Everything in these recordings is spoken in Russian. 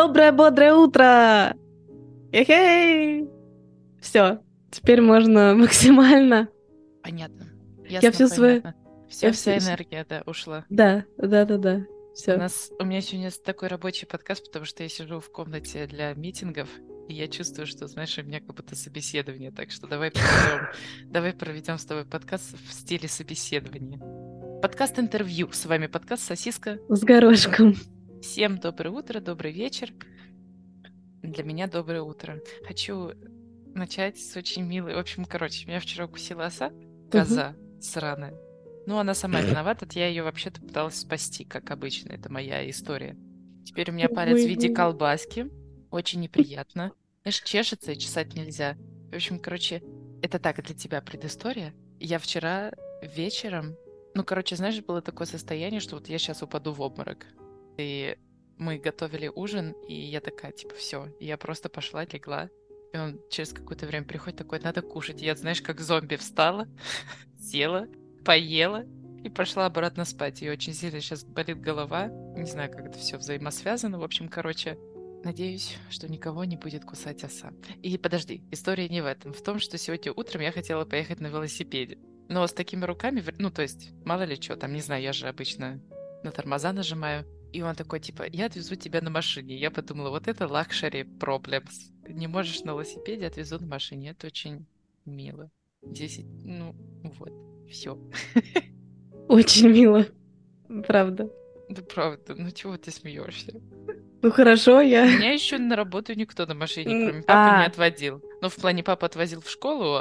Доброе бодрое утро! Эхей! Все, теперь можно максимально. Понятно. Я Ясно, всю свою... понятно. Я Вся все... энергия, да, ушла. Да. Все. У меня сегодня такой рабочий подкаст, потому что я сижу в комнате для митингов, и я чувствую, что, знаешь, у меня как будто собеседование. Так что давай проведем с тобой подкаст в стиле собеседования. Подкаст-интервью. С вами подкаст «Сосиска». С горошком. Всем доброе утро, добрый вечер. Для меня доброе утро. Хочу начать с очень милой... В общем, меня вчера укусила оса, коза сраная. Ну, она сама виновата, я ее вообще-то пыталась спасти, как обычно, это моя история. Теперь у меня палец в виде Ой. колбаски, очень неприятно. Знаешь, чешется и чесать нельзя. В общем, это так, для тебя предыстория. Я вчера вечером... знаешь, было такое состояние, что вот я сейчас упаду в обморок. И мы готовили ужин, и я такая, типа, все. Я просто пошла, легла. И он через какое-то время приходит такой, надо кушать. Я, знаешь, как зомби встала, села, поела и пошла обратно спать. И очень сильно сейчас болит голова. Не знаю, как это все взаимосвязано. В общем, надеюсь, что никого не будет кусать оса. И подожди, история не в этом. В том, что сегодня утром я хотела поехать на велосипеде. Но с такими руками, то есть, мало ли что, там, не знаю, я же обычно на тормоза нажимаю. И он такой, типа, я отвезу тебя на машине. Я подумала, вот это luxury problems. Не можешь на велосипеде, отвезу на машине. Это очень мило. 10, вот, все. Очень мило. Правда. Да правда, чего ты смеешься? Ну хорошо, я... Меня еще на работу никто на машине, кроме папы, не отводил. Ну, в плане, папа отвозил в школу,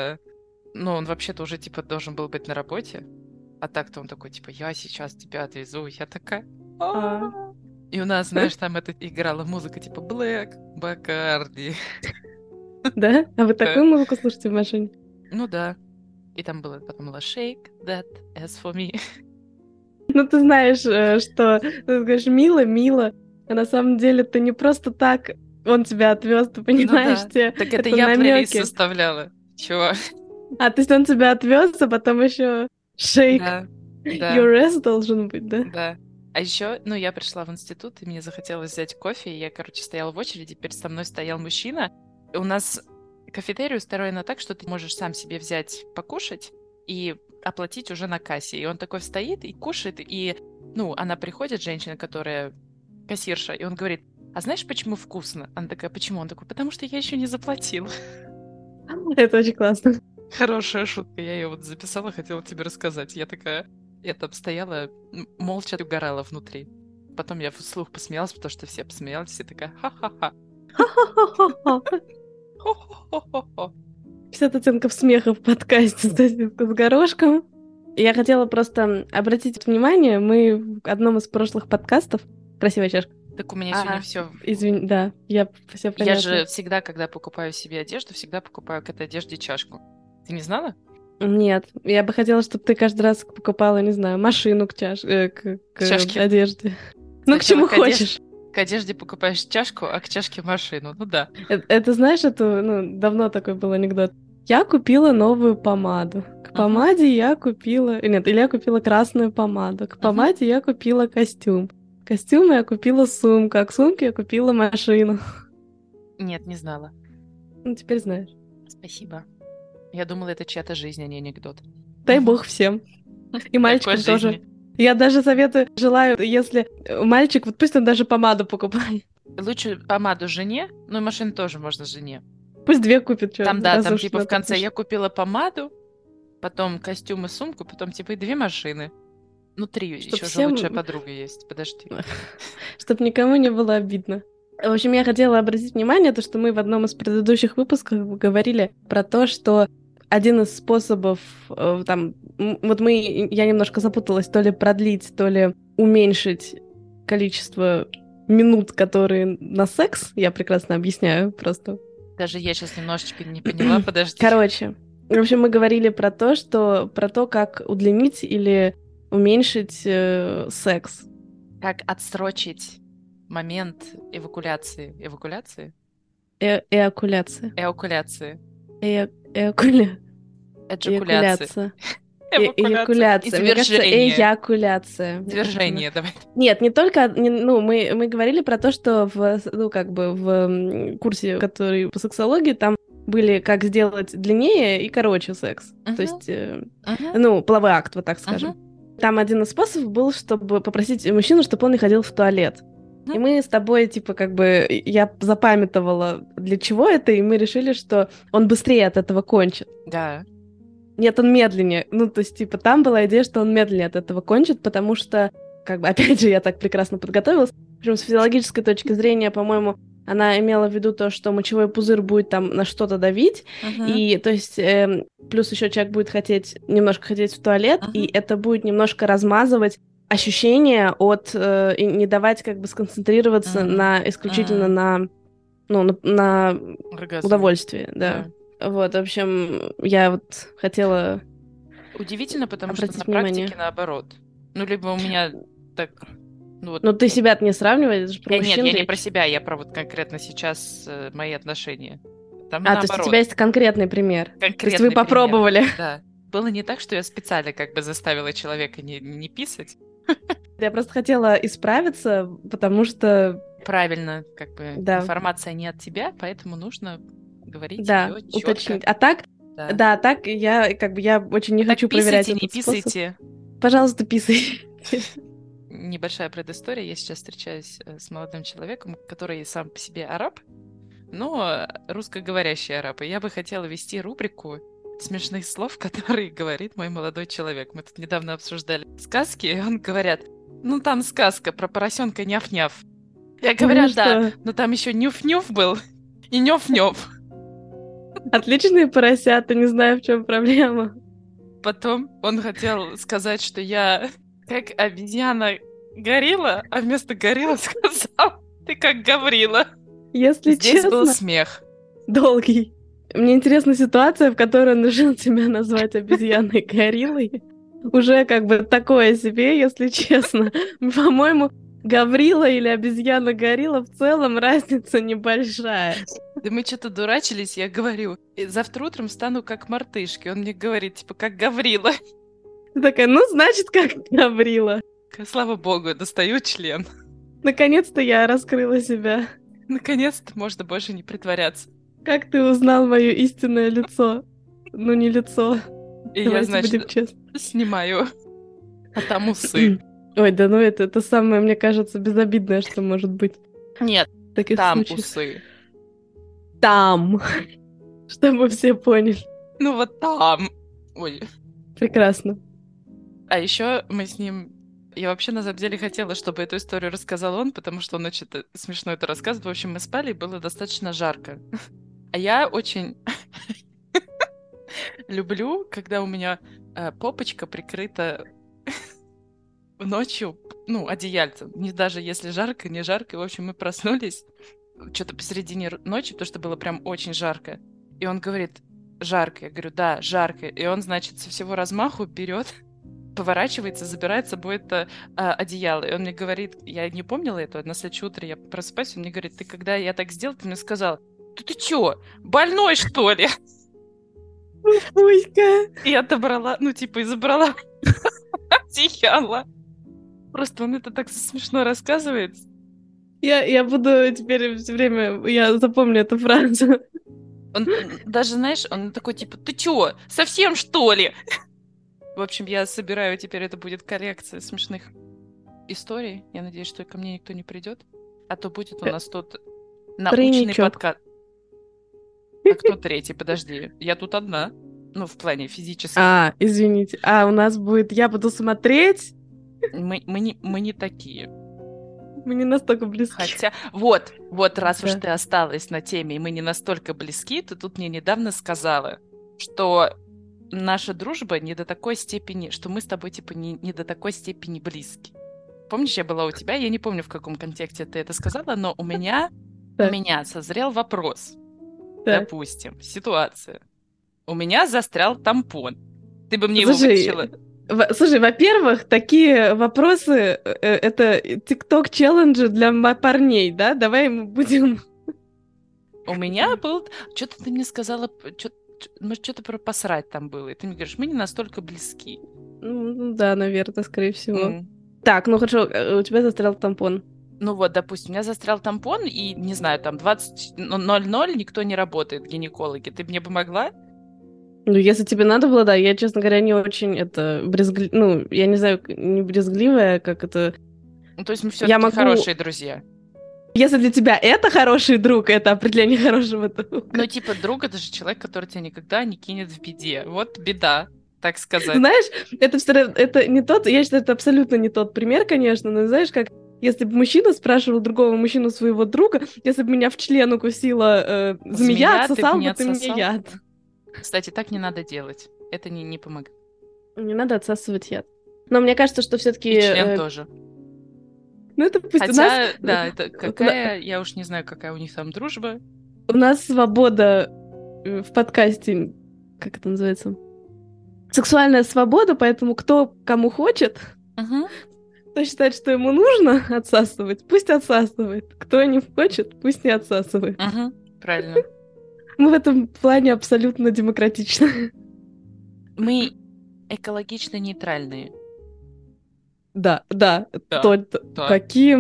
он вообще-то уже, типа, должен был быть на работе. А так-то он такой, типа, я сейчас тебя отвезу. Я такая... А. И у нас, знаешь, там играла музыка, типа, Black Bacardi. Да? А вы Да. такую музыку слушаете в машине? Ну да. И там потом было Shake That Ass For Me. Ну, ты знаешь, что ты говоришь мило, мило, а на самом деле ты не просто так он тебя отвез, ты Ну понимаешь, да. тебе Так это это я плейлист намеки. составляла. Чего? То есть он тебя отвез, а потом еще шейк Да, да, your ass должен быть, да? да. А еще, я пришла в институт, и мне захотелось взять кофе, и я, стояла в очереди, передо мной стоял мужчина. И у нас кафетерия устроена так, что ты можешь сам себе взять покушать и оплатить уже на кассе. И он такой стоит и кушает, и, она приходит, женщина, которая кассирша, и он говорит, а знаешь, почему вкусно? Она такая, почему? Он такой, потому что я еще не заплатил. Это очень классно. Хорошая шутка, я ее вот записала, хотела тебе рассказать. Я там стояла, молча угорала внутри. Потом я вслух посмеялась, потому что все посмеялись, все такая ха-ха-ха. Хо-хо-хо-хо-хо. 50 оттенков смеха в подкасте с горошком. Я хотела просто обратить внимание, мы в одном из прошлых подкастов... Красивая чашка. Так у меня сегодня все. Извини, да, все Я понятно. же всегда, когда покупаю себе одежду, всегда покупаю к этой одежде чашку. Ты не знала? Нет, я бы хотела, чтобы ты каждый раз покупала, не знаю, машину к К чашке. одежде. Ну, к Сначала чему хочешь. к одежде покупаешь чашку, а к чашке машину. Ну да. Это знаешь, давно такой был анекдот. Я купила новую помаду. К Мгм, помаде я купила... Нет, или я купила красную помаду. К мгм. помаде я купила костюм. К костюму я купила сумку, а к сумке я купила машину. Нет, не знала. Ну, теперь знаешь. Спасибо. Я думала, это чья-то жизнь, а не анекдот. Дай Мгм. бог всем. И Такой мальчикам тоже. жизни. Я даже желаю, если мальчик, вот пусть он даже помаду покупает. Лучше помаду жене, и машину тоже можно жене. Пусть две купит, что, Там, да, раз там уж типа на в то конце пошло. я купила помаду, потом костюм и сумку, потом типа и 2 машины. 3, Чтоб еще же лучшая всем, подруга есть. Подожди. чтоб никому не было обидно. В общем, я хотела обратить внимание, то, что мы в одном из предыдущих выпусков говорили про то, что один из способов, я немножко запуталась, то ли продлить, то ли уменьшить количество минут, которые на секс, я прекрасно объясняю просто. Даже я сейчас немножечко не поняла, подожди. Короче, в общем, мы говорили про то, как удлинить или уменьшить секс. Как отсрочить момент эвакуляции. Эвакуляции? Эокуляция. Эокуляции. Эокуля... Эджакуляции. Эякуляция. Эвакуляция. Эякуляция. Мне кажется, Извержение. эякуляция. Мне кажется, Извержение, давай. Нет, не только, ну, мы говорили про то, что ну, как бы в курсе, который по сексологии, там были как сделать длиннее и короче секс. То есть, ну, половой акт, вот так скажем. Там один из способов был, чтобы попросить мужчину, чтобы он не ходил в туалет. И мы с тобой, типа, как бы, я запамятовала, для чего это, и мы решили, что он быстрее от этого кончит. Да. Нет, он медленнее. Ну, то есть, типа, там была идея, что он медленнее от этого кончит, потому что, как бы, опять же, я так прекрасно подготовилась. Причем с физиологической точки зрения, по-моему, она имела в виду то, что мочевой пузырь будет там на что-то давить, и, то есть, плюс еще человек будет немножко хотеть в туалет, и это будет немножко размазывать ощущения и не давать, как бы, сконцентрироваться исключительно на удовольствии, да. Вот, в общем, я вот хотела удивительно, потому что обратить на внимание. практике наоборот. Ну, либо у меня так... Ну, вот... Но ты себя-то не сравниваешь, это же про мужчин Нет, я речь. не про себя, я про вот конкретно сейчас мои отношения. Там то наоборот. есть у тебя есть конкретный пример. Конкретный то есть вы попробовали. Пример. Да. Было не так, что я специально как бы заставила человека не писать. Я просто хотела исправиться, потому что... Правильно, как бы да. Информация не от тебя, поэтому нужно говорить да, ее четко. Уточнить. А так, да, так я очень не хочу проверять этот способ. Писайте. Пожалуйста, писай. Небольшая предыстория. Я сейчас встречаюсь с молодым человеком, который сам по себе араб, но русскоговорящий араб. И я бы хотела вести рубрику смешных слов, которые говорит мой молодой человек. Мы тут недавно обсуждали сказки, и он говорят, ну там сказка про поросенка няф-няф. Я говорю, да, но там еще нюф-нюф был и нёф-нёф. Отличные поросята, не знаю, в чем проблема. Потом он хотел сказать, что я как обезьяна горилла, а вместо горилла сказал, ты как Гаврила. Если Здесь честно, был смех. Долгий. Мне интересна ситуация, в которой он решил тебя назвать обезьяной гориллой. Уже как бы такое себе, если честно. По-моему, Гаврила или обезьяна-горилла в целом разница небольшая. Да мы что-то дурачились, я говорю, завтра утром стану как мартышки. Он мне говорит, типа, как Гаврила. Ты такая, ну, значит, как Гаврила. Слава богу, достаю член. Наконец-то я раскрыла себя. Наконец-то можно больше не притворяться. Как ты узнал мое истинное лицо? Ну, не лицо. И Давайте я, значит, будем честны. Снимаю. А там усы. Ой, да ну это самое, мне кажется, безобидное, что может быть. Нет, там усы. Там. Чтобы все поняли. Ну вот там. Ой. Прекрасно. А еще мы с ним... Я вообще, на самом деле, хотела, чтобы эту историю рассказал он, потому что он очень смешно это рассказывает. В общем, мы спали, и было достаточно жарко. А я очень люблю, когда у меня попочка прикрыта ночью, ну, одеяльцем. Не даже если жарко, не жарко. В общем, мы проснулись что-то посередине ночи, потому что было прям очень жарко. И он говорит, жарко. Я говорю, да, жарко. И он, значит, со всего размаху берет, поворачивается, забирает с собой это одеяло. И он мне говорит, я не помнила этого, на следующее утро я просыпаюсь, он мне говорит, ты когда я так сделал, ты мне сказал, ты чё, больной, что ли? Пуська. И отобрала, ну, типа, и забрала одеяло. Просто он это так смешно рассказывает. Я буду теперь все время, я запомню эту фразу. Он даже, знаешь, он такой, типа, ты чё, совсем что ли? В общем, я собираю, теперь это будет коллекция смешных историй. Я надеюсь, что ко мне никто не придет. А то будет у нас тут научный подкаст. А кто третий? Подожди. Я тут одна. Ну, в плане физически. Извините. У нас будет... Я буду смотреть? Мы не такие. Мы не настолько близки. Хотя, раз уж ты осталась на теме, и мы не настолько близки, ты тут мне недавно сказала, что наша дружба не до такой степени, что мы с тобой, типа, не до такой степени близки. Помнишь, я была у тебя? Я не помню, в каком контексте ты это сказала, но у меня созрел вопрос. Допустим, ситуация. У меня застрял тампон. Ты бы мне его вытащила? Слушай, во-первых, такие вопросы — это тикток-челленджи для парней, да? Давай мы будем... У меня был... Что-то ты мне сказала... может, что-то про посрать там было. И ты мне говоришь, мы не настолько близки. Ну, да, наверное, скорее всего. М. Так, ну хорошо, у тебя застрял тампон. Ну вот, допустим, у меня застрял тампон, и, не знаю, там 20:00 никто не работает, гинекологи. Ты мне помогла? Ну, если тебе надо было, да, я, честно говоря, не очень ну, я не знаю, не брезгливая, как это... Ну, то есть мы Я все-таки могу... хорошие друзья. Если для тебя это хороший друг, это определение хорошего друга. Ну, типа, друг — это же человек, который тебя никогда не кинет в беде. Вот беда, так сказать. Знаешь, это все равно, это не тот, я считаю, это абсолютно не тот пример, конечно, но знаешь, как если бы мужчина спрашивал другого мужчину своего друга, если бы меня в член укусила змея, Змея, ты отсосал бы не бы ты мне отсосал? яд. Кстати, так не надо делать. Это не помогает. Не надо отсасывать яд. Но мне кажется, что все-таки... И член тоже. Ну, это пусть Хотя, да, это у какая, я уж не знаю, какая у них там дружба. нас свобода в подкасте, как это называется? Сексуальная свобода, поэтому кто кому хочет, Угу. кто считает, что ему нужно отсасывать, пусть отсасывает. Кто не хочет, пусть не отсасывает. Угу. Правильно. Мы в этом плане абсолютно демократичны. Мы экологично нейтральные. Да, Да, да. какие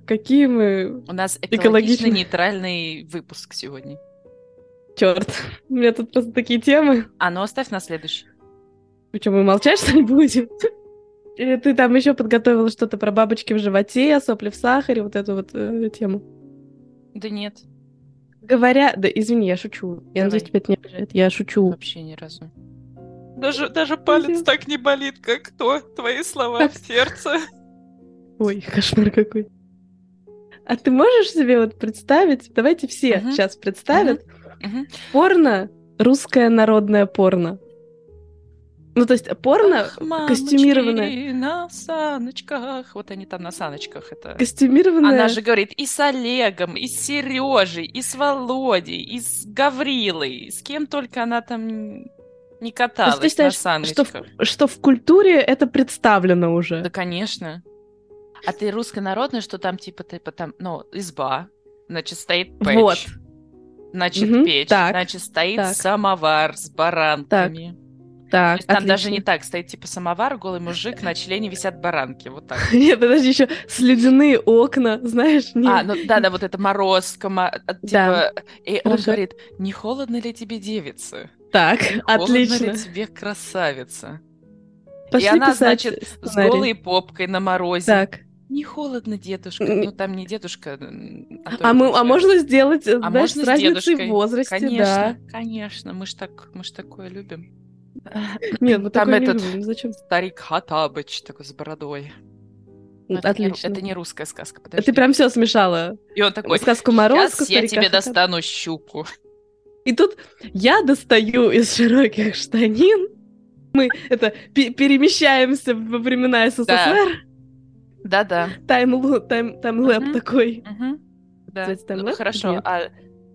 мы У нас экологично экологичны. нейтральный выпуск сегодня. Черт, у меня тут просто такие темы. А ну оставь на следующий. Причем мы молчать, что ли, будем? Или ты там еще подготовила что-то про бабочки в животе, сопли в сахаре, вот эту вот тему? Да нет, Говоря... Да, извини, я шучу. Я Давай. надеюсь, тебя это не обижает. Я шучу. вообще ни разу. Даже палец Нет. так не болит, как то. Твои слова в сердце. Ой, кошмар какой. А ты можешь себе вот представить, давайте все Мгм. сейчас представят, Мгм. порно, русское народное порно. Ну, то есть порно Ах, мамочки, костюмированное, на саночках. Вот они там на саночках. Это... костюмированное... Она же говорит и с Олегом, и с Сережей, и с Володей, и с Гаврилой. С кем только она там не То есть ты каталась на считаешь, саночках. что в культуре это представлено уже? Да, конечно. А ты руссконародная, что там типа там, ну, изба, значит, стоит печь. Вот. Значит, Мгм, печь. так, Значит, стоит так. самовар с баранками. То Так, есть там даже отлично. не так. Стоит типа самовар, голый мужик, на члене висят баранки. Вот так. Нет, подожди, еще слюдяные окна, знаешь? А, ну да, вот это морозка, Да. типа... И он Хорошо. говорит, не холодно ли тебе, девица? Так, Не холодно отлично. ли тебе, красавица? Пошли И она, писать значит, с сценарий. голой попкой на морозе. Так. Не холодно, дедушка. М. Ну, там не дедушка, а то А это можно сделать, А знаешь, можно с с разницей в дедушкой? возрасте, Конечно, да. конечно. Мы ж такое любим. Нет, мы Там такое не этот любим. Зачем? старик Хаттабыч такой с бородой. Но Отлично. это не русская сказка, Ты подожди. прям все смешала. И он такой, Сказку Морозко, сейчас я старика тебе Хаттаба. достану щуку. И тут я достаю из широких штанин. Мы перемещаемся во времена СССР. Да-да. Таймлэп Мгм. такой. Мгм. Да. Называется Ну, таймлэп? хорошо. Нет. А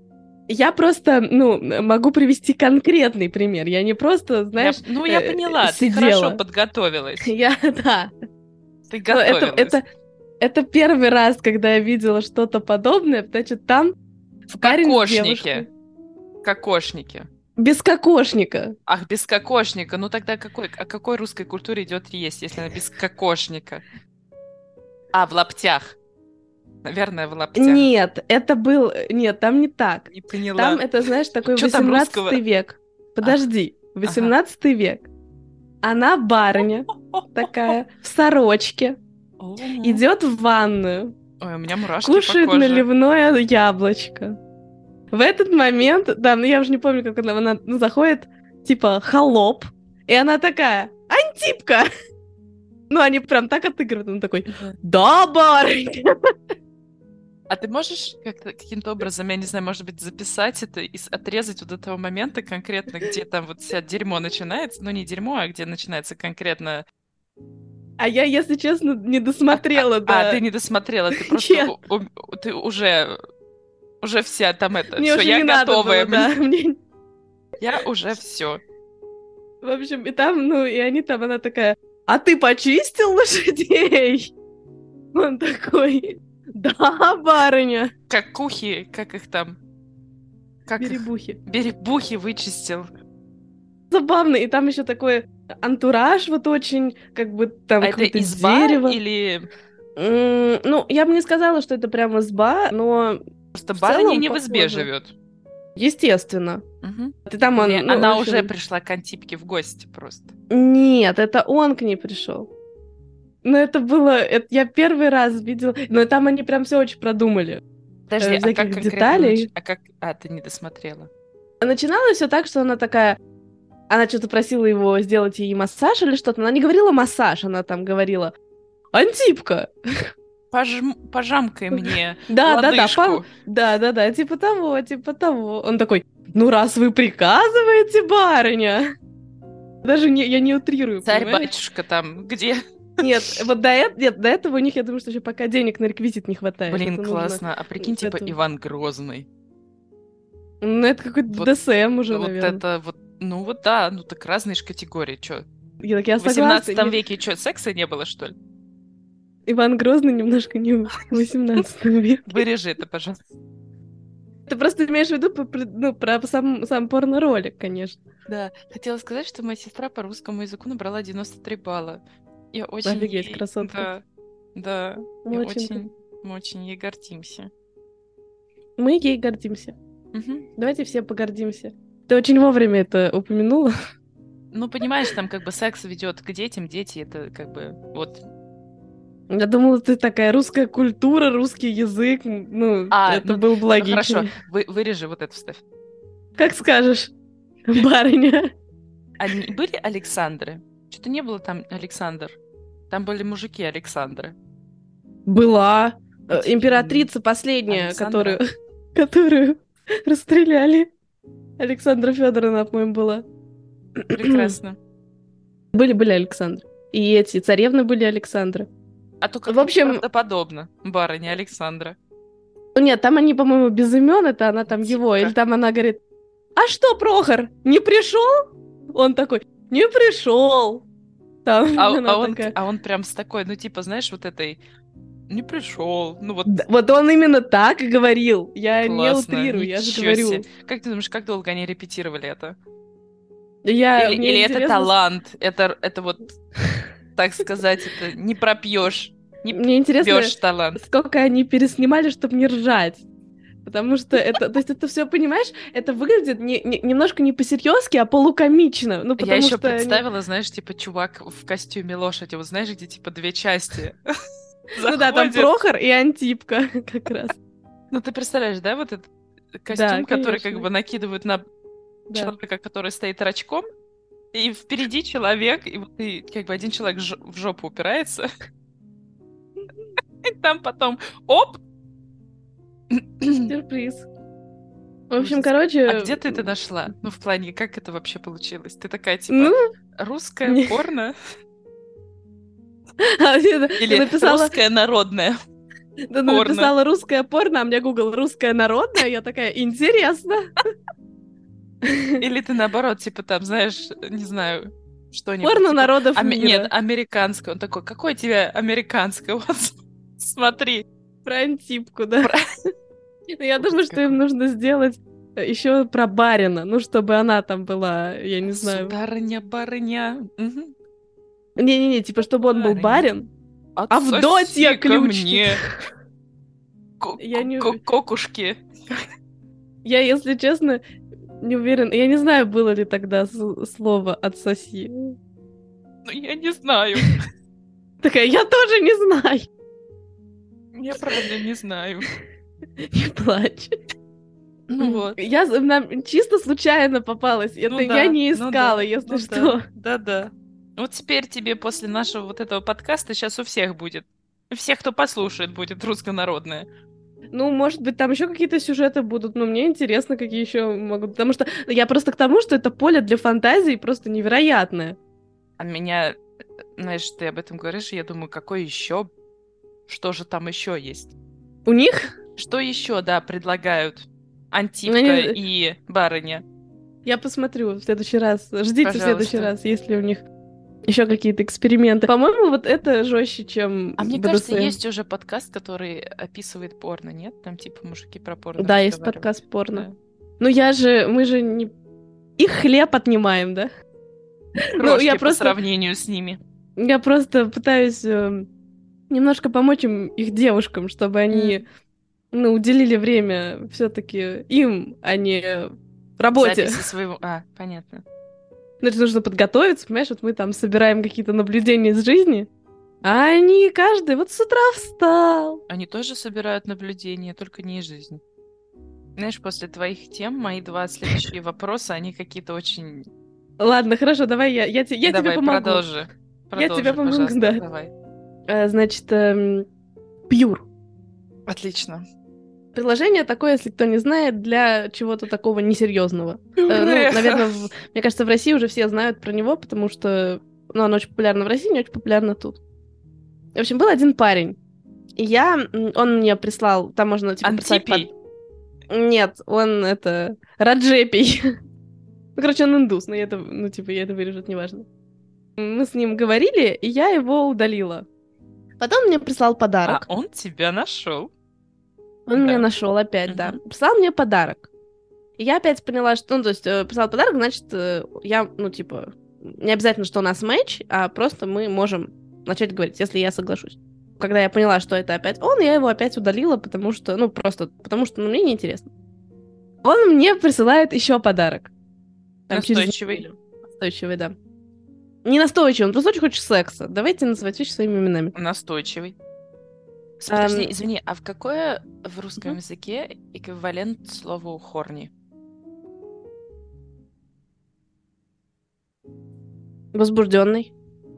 Я просто, могу привести конкретный пример. Я не просто, знаешь, я поняла, ты сидела. хорошо подготовилась. Да. Ты Но готовилась. это первый раз, когда я видела что-то подобное. Значит, там В парень с кокошнике. девушкой. Кокошнике. Без кокошника. Ах, без кокошника. Ну тогда о какой русской культуре идет речь, если она без кокошника? А, в лаптях. Наверное, в лаптях. Нет, это был... Нет, там не так. Не поняла. Там это, знаешь, такой Чё там 18 русского? век. Подожди, 18 век. Она барыня такая, в сорочке, идет в ванную, Ой, у меня мурашки кушает по коже. наливное яблочко. В этот момент, да, ну я уже не помню, как она заходит, типа, холоп, и она такая, Антипка! Ну, они прям так отыгрывают, он такой, да, барыня! А ты можешь каким-то образом, я не знаю, может быть, записать это и отрезать вот этого момента конкретно, где там вот вся дерьмо начинается, ну не дерьмо, а где начинается конкретно... А я, если честно, не досмотрела, да. А, ты не досмотрела, ты просто... Нет. Ты уже вся там это... Мне Все, уже я не надо готовая. было, да. Я уже все. В общем, и там, и они там, она такая, а ты почистил лошадей? Он такой, да, барыня. Как кухи, как их там... Как их? Беребухи. Беребухи вычистил. забавно. И там еще такой антураж вот очень, как бы там А это какое-то изба дерево. или Ну, я бы не сказала, что это прям изба, но просто в барыня целом не в избе похоже. живет? Естественно. Мгм. Ты там Или он, ну, в она уже общем... пришла к Антипке в гости просто? Нет, это он к ней пришел. Но это было... я первый раз видела... Но там они прям все очень продумали. Подожди, а как Всяких конкретно деталей. ты не досмотрела? Начиналось все так, что она такая... Она что-то просила его сделать ей массаж или что-то. Она не говорила массаж, она там говорила «Антипка!» Пожамкай мне Да, лодыжку. да, типа того, типа того. Он такой, ну раз вы приказываете, барыня. Даже не, я не утрирую, понимаешь? Царь-батюшка там где? Нет, вот нет, до этого у них, я думаю, что еще пока денег на реквизит не хватает. Блин, Это нужно... классно. А прикинь, типа Это... Иван Грозный. Ну, это какой-то Вот, ДСМ уже, вот наверное. это вот, ну вот да, ну так разные же категории. Чё, Я в согласна. 18 веке что, секса не было, что ли? Иван Грозный немножко не в 18 веке. Вырежи это, пожалуйста. Ты просто имеешь в виду ну, про сам порно-ролик, конечно. Да, хотела сказать, что моя сестра по русскому языку набрала 93 балла. Я очень Офигеть, ей... красотка. Да, Мы я очень, мы очень ей гордимся. мы ей гордимся. Мгм. Давайте все погордимся. Ты очень вовремя это упомянула. Ну, понимаешь, там как бы секс ведет к детям, дети это как бы вот. Я думала, ты такая русская культура, русский язык. Ну, это Ну, было бы ну хорошо, логичнее. вырежи вот это вставь. Как скажешь, барыня. Они были Александры? Что-то не было там Александр. Там были мужики Александры. Была Эти императрица последняя, Александра. которую расстреляли. Александра Федоровна, по-моему, была. Прекрасно. Были Александры. И эти царевны были Александры. А то В как-то общем, неправдоподобно. Барыня Александра. ну нет, там они, по-моему, без имен, это она там его. Или там она говорит, а что, Прохор, не пришел? Он такой, не пришел. Там она такая. А он прям с такой, ну типа, знаешь, вот этой не пришел. Ну вот Да, вот он именно так и говорил. Я не классно. утрирую, я же Ничего себе. говорю. Как ты думаешь, как долго они репетировали это? Мне Или это интересно, талант? Это вот, так сказать, это не пропьешь. Не мне интересно, пьешь талант. сколько они переснимали, чтобы не ржать. Потому что это, то есть это все, понимаешь, это выглядит немножко не по-серьезки, а полукомично. Ну, Я потому еще что они... представила, знаешь, типа чувак в костюме лошади. Вот знаешь, где типа две части Ну да, там заходят. Прохор и Антипка как раз. Ну ты представляешь, да, вот этот Да, костюм, который как конечно. бы накидывают на Да. человека, который стоит рачком, и впереди человек, и вот и как бы один человек в жопу упирается, и там потом оп! Сюрприз. В общем, Ужас. короче... А где ты это нашла? Ну, в плане, как это вообще получилось? Ты такая, типа, Ну, русская порно? ты Или написала... русское народное Ты порно? написала русское порно, а мне Google русское народное. Я такая, интересно. Или ты наоборот, типа там, знаешь, не знаю, что-нибудь. Порно Типа, народов нет, мира. американское. Он такой, какое тебе американское? Вот смотри. Про Антипку, да. Про- Ну, я думаю, Ужас что им какой. нужно сделать еще про барина. Ну, чтобы она там была, я не знаю. Сударыня, барыня. Мгм. Не-не-не, типа, чтобы он был Барыня. барин. Авдотья Отсоси ко ключник. мне. Я не... Кокушки. Я, если честно, не уверена. Я не знаю, было ли тогда слово «отсоси». Ну, я не знаю. Такая, я тоже не знаю. Я правда не знаю. Не плачь. Ну вот. Нам чисто случайно попалась. Это Ну я да, не ну искала, да, если ну что. да. Да. Вот теперь тебе после нашего вот этого подкаста сейчас у всех будет. У всех, кто послушает, будет руссконародное. Ну, может быть, там еще какие-то сюжеты будут, но мне интересно, какие еще могут. Потому что я просто к тому, что это поле для фантазии просто невероятное. А меня, знаешь, ты об этом говоришь, и я думаю, какой еще, что же там еще есть? У них? Что еще, да, предлагают Антипка Они- и барыня? Я посмотрю в следующий раз. Ждите в следующий Пожалуйста. раз, если у них еще какие-то эксперименты. По-моему, вот это жестче, чем А мне БДСМ. кажется, есть уже подкаст, который описывает порно, нет? Там типа мужики про порно Да, есть разговаривают. подкаст порно. Да. Ну мы же не... Их хлеб отнимаем, да? Ну, Крошки по сравнению с ними. Я просто пытаюсь немножко помочь их девушкам, чтобы они, ну, уделили время все-таки им, а не работе. Записи своего... понятно. Значит, нужно подготовиться, понимаешь? Вот мы там собираем какие-то наблюдения из жизни, а они каждый вот с утра встал. Они тоже собирают наблюдения, только не из жизни. Знаешь, после твоих тем мои 2 следующие вопроса, они какие-то очень... Ладно, хорошо, давай я тебе Давай, помогу. продолжи. Я тебе помогу, пожалуйста, да. давай. Значит, Пьюр. Отлично. Приложение такое, если кто не знает, для чего-то такого несерьезного. Ну, наверное, мне кажется, в России уже все знают про него, потому что оно очень популярно в России, не очень популярно тут. В общем, был один парень. И он мне прислал, там можно, типа, Антипий? Нет, он, Раджепий. Ну, короче, он индус, но я это вырежу, это неважно. Мы с ним говорили, и я его удалила. Потом он мне прислал подарок. Он тебя нашел. Он меня нашел опять, да. Прислал мне подарок. И я опять поняла, что, ну, то есть, прислал подарок, значит, я, ну, типа, не обязательно, что у нас матч, а просто мы можем начать говорить, если я соглашусь. Когда я поняла, что это опять он, я его опять удалила, потому что, ну, мне неинтересно. Он мне присылает еще подарок. Настойчивый. Настойчивый, да. Не настойчивый, он просто очень хочет секса. Давайте называть вещи своими именами. Настойчивый. Подожди, извини, а какое в русском языке эквивалент слову хорни? Возбужденный.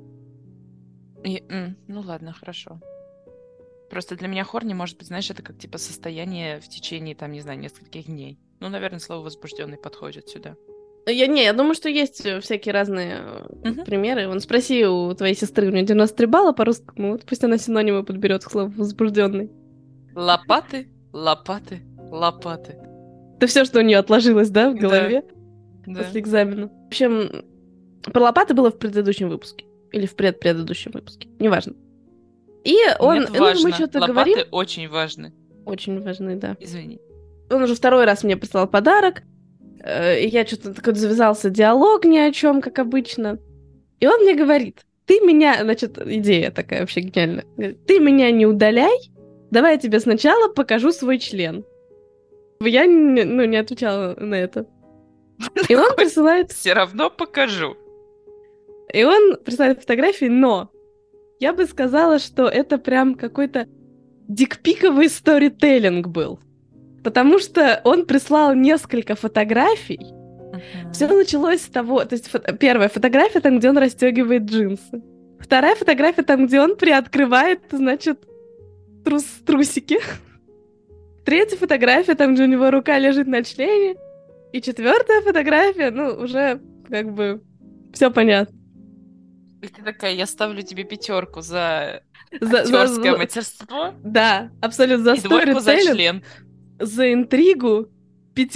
Ну ладно, хорошо. Просто для меня хорни, может быть, знаешь, это как типа состояние в течение, там, не знаю, нескольких дней. Ну, наверное, слово возбужденный подходит сюда. Я думаю, что есть всякие разные примеры. Вон, спроси у твоей сестры, у нее 93 балла по русскому, вот пусть она синонимы подберет к слову возбужденный. Лопаты, лопаты, лопаты. Это все, что у нее отложилось, да, в голове после экзамена. В общем, про лопаты было в предыдущем выпуске. Или в предыдущем выпуске. Неважно. И он... Нет, важно. Мы что-то лопаты говорим. очень важны. Очень важны, да. Извини. Он уже второй раз мне прислал подарок. И я что-то такой завязался диалог ни о чем, как обычно. И он мне говорит, ты меня... Значит, идея такая вообще гениальная. Говорит, ты меня не удаляй, давай я тебе сначала покажу свой член. Я не отвечала на это. И он присылает... Все равно покажу. И он присылает фотографии, но я бы сказала, что это прям какой-то дикпиковый сторителлинг был. Потому что он прислал несколько фотографий. Все началось с того... То есть первая фотография там, где он расстегивает джинсы. Вторая фотография там, где он приоткрывает, значит, трусики. Третья фотография там, где у него рука лежит на члене. И четвертая фотография, ну, уже как бы все понятно. И ты такая, я ставлю тебе 5 за актерское мастерство. Да, абсолютно. За и 2 за член. За интригу 5.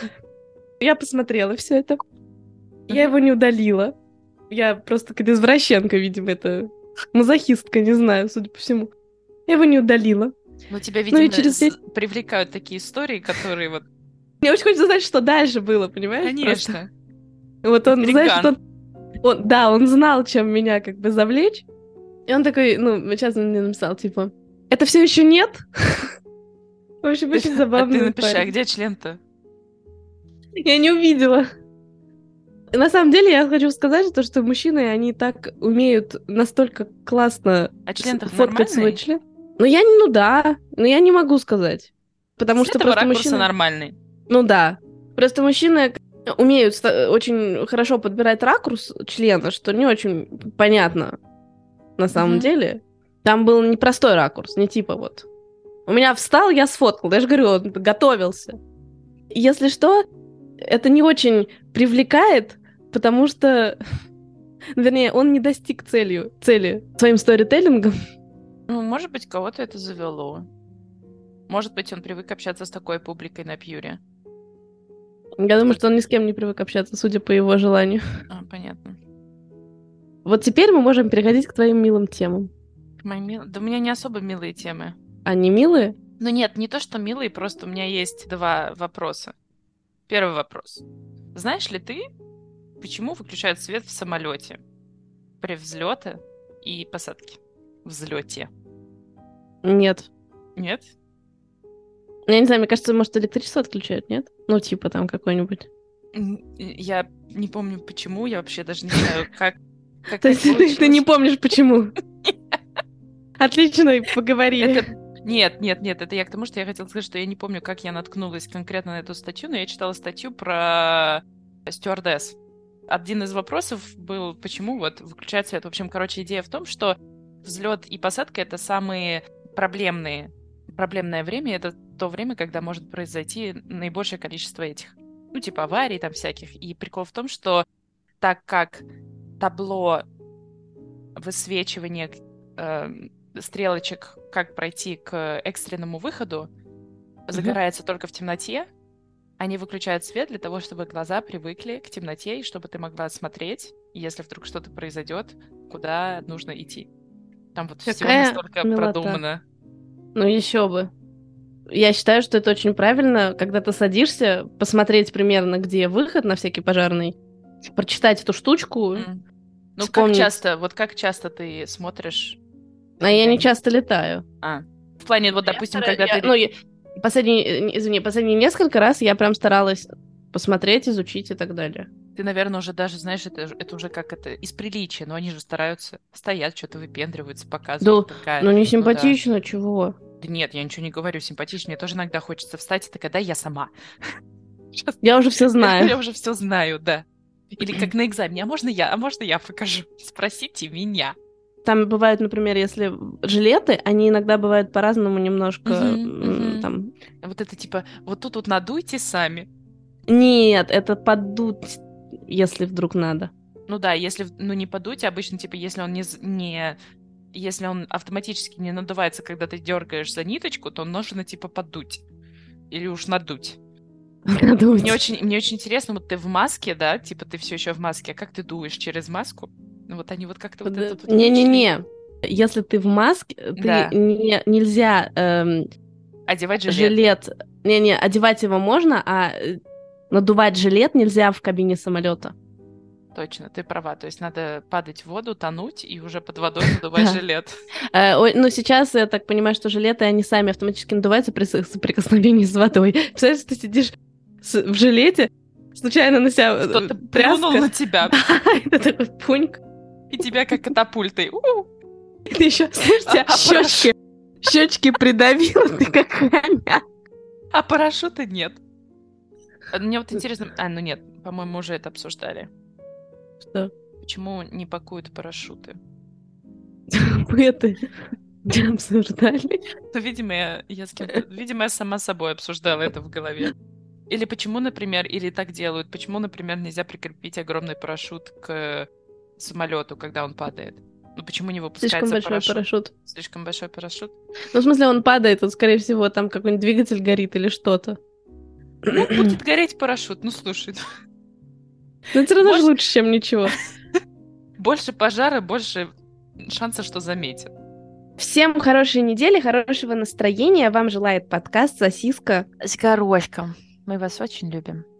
Я посмотрела все это. Я его не удалила. Я просто как извращенка, видимо, это мазохистка, не знаю, судя по всему. Я его не удалила. Но тебя, видимо, привлекают такие истории, которые вот... Мне очень хочется знать, что дальше было, понимаешь? Конечно. Просто. Вот он, знаешь, он знал, чем меня как бы завлечь. И он такой, сейчас он мне написал, типа, это все еще нет? В общем, очень забавно. А ты напиши, а где член-то? Я не увидела. На самом деле, я хочу сказать, что мужчины, они так умеют настолько классно фоткать свой член. Но я не могу сказать. Потому что просто мужчины... нормальный. Ну да. Просто мужчины умеют очень хорошо подбирать ракурс члена, что не очень понятно на самом деле. Там был непростой ракурс, не типа вот. У меня встал, я сфоткал. Я же говорю, он готовился. Если что, это не очень привлекает, потому что... Вернее, он не достиг цели своим сторителлингом. Ну, может быть, кого-то это завело. Может быть, он привык общаться с такой публикой на Пьюре. Я думаю, что он ни с кем не привык общаться, судя по его желанию. Понятно. Вот теперь мы можем переходить к твоим милым темам. Да у меня не особо милые темы. Они милые? Ну нет, не то, что милые, просто у меня есть 2 вопроса. Первый вопрос. Знаешь ли ты, почему выключают свет в самолете при взлете и посадке? Взлете. Нет. Нет? Я не знаю, мне кажется, может, электричество отключают, нет? Ну, типа там какой-нибудь. Я не помню, почему, я вообще даже не знаю, как То есть ты не помнишь, почему? Отлично, поговорили. Нет, это я к тому, что я хотела сказать, что я не помню, как я наткнулась конкретно на эту статью, но я читала статью про стюардесс. Один из вопросов был, почему вот выключают свет. В общем, идея в том, что взлет и посадка — это самые проблемное время, это то время, когда может произойти наибольшее количество этих, ну, типа аварий там всяких. И прикол в том, что так как табло высвечивания стрелочек, как пройти к экстренному выходу, загорается только в темноте, они выключают свет для того, чтобы глаза привыкли к темноте, и чтобы ты могла смотреть, если вдруг что-то произойдет, куда нужно идти. Там вот все настолько продумано. Ну, еще бы. Я считаю, что это очень правильно, когда ты садишься, посмотреть примерно, где выход на всякий пожарный, прочитать эту штучку. Ну, вспомнить... как часто ты смотришь? А я не часто летаю. В плане, вот, допустим, когда ты... Ну, последние несколько раз я прям старалась посмотреть, изучить и так далее. Ты, наверное, уже даже, знаешь, это уже как это из приличия, но они же стараются, стоят, что-то выпендриваются, показывают. Да, такая, ну не симпатично, чего? Да нет, я ничего не говорю, симпатично. Мне тоже иногда хочется встать и такая, да, я сама. Я уже все знаю. Я уже все знаю, да. Или как на экзамене, а можно я покажу? Спросите меня. Там бывают, например, если жилеты, они иногда бывают по-разному немножко, там... Вот это типа, вот тут вот надуйте сами. Нет, это поддуть, если вдруг надо. Ну да, если, не подуть, обычно, типа, если он если он автоматически не надувается, когда ты дергаешь за ниточку, то нужно, типа, поддуть. Или уж надуть. Мне очень интересно, вот ты в маске, да, типа, ты все еще в маске, а как ты дуешь через маску? Ну вот они вот как-то вот это... Не-не-не, если ты в маске, да. нельзя... одевать жилет. Не-не, одевать его можно, а надувать жилет нельзя в кабине самолета. Точно, ты права. То есть надо падать в воду, тонуть и уже под водой надувать жилет. Ну, сейчас я так понимаю, что жилеты, они сами автоматически надуваются при соприкосновении с водой. Представляешь, ты сидишь в жилете, случайно на себя кто-то плюнул на тебя. Это такой пуньк. И тебя как катапультой. И ты еще, знаешь, тебя щечки придавила, ты как хомяк. А парашюта нет. Мне вот интересно... ну нет, по-моему, уже это обсуждали. Что? Почему не пакуют парашюты? Мы это не обсуждали. Ну, видимо, я сама собой обсуждала это в голове. Или почему, например, или так делают, почему, например, нельзя прикрепить огромный парашют к самолету, когда он падает? Ну, почему не выпускается Слишком большой парашют? Слишком большой парашют? Ну, в смысле, он падает, вот, скорее всего, там какой-нибудь двигатель горит или что-то. Ну, будет гореть парашют, ну, слушай. Ну, это равно же лучше, чем ничего. Больше пожара, больше шанса, что заметят. Всем хорошей недели, хорошего настроения. Вам желает подкаст «Сосиска с горошком». Мы вас очень любим.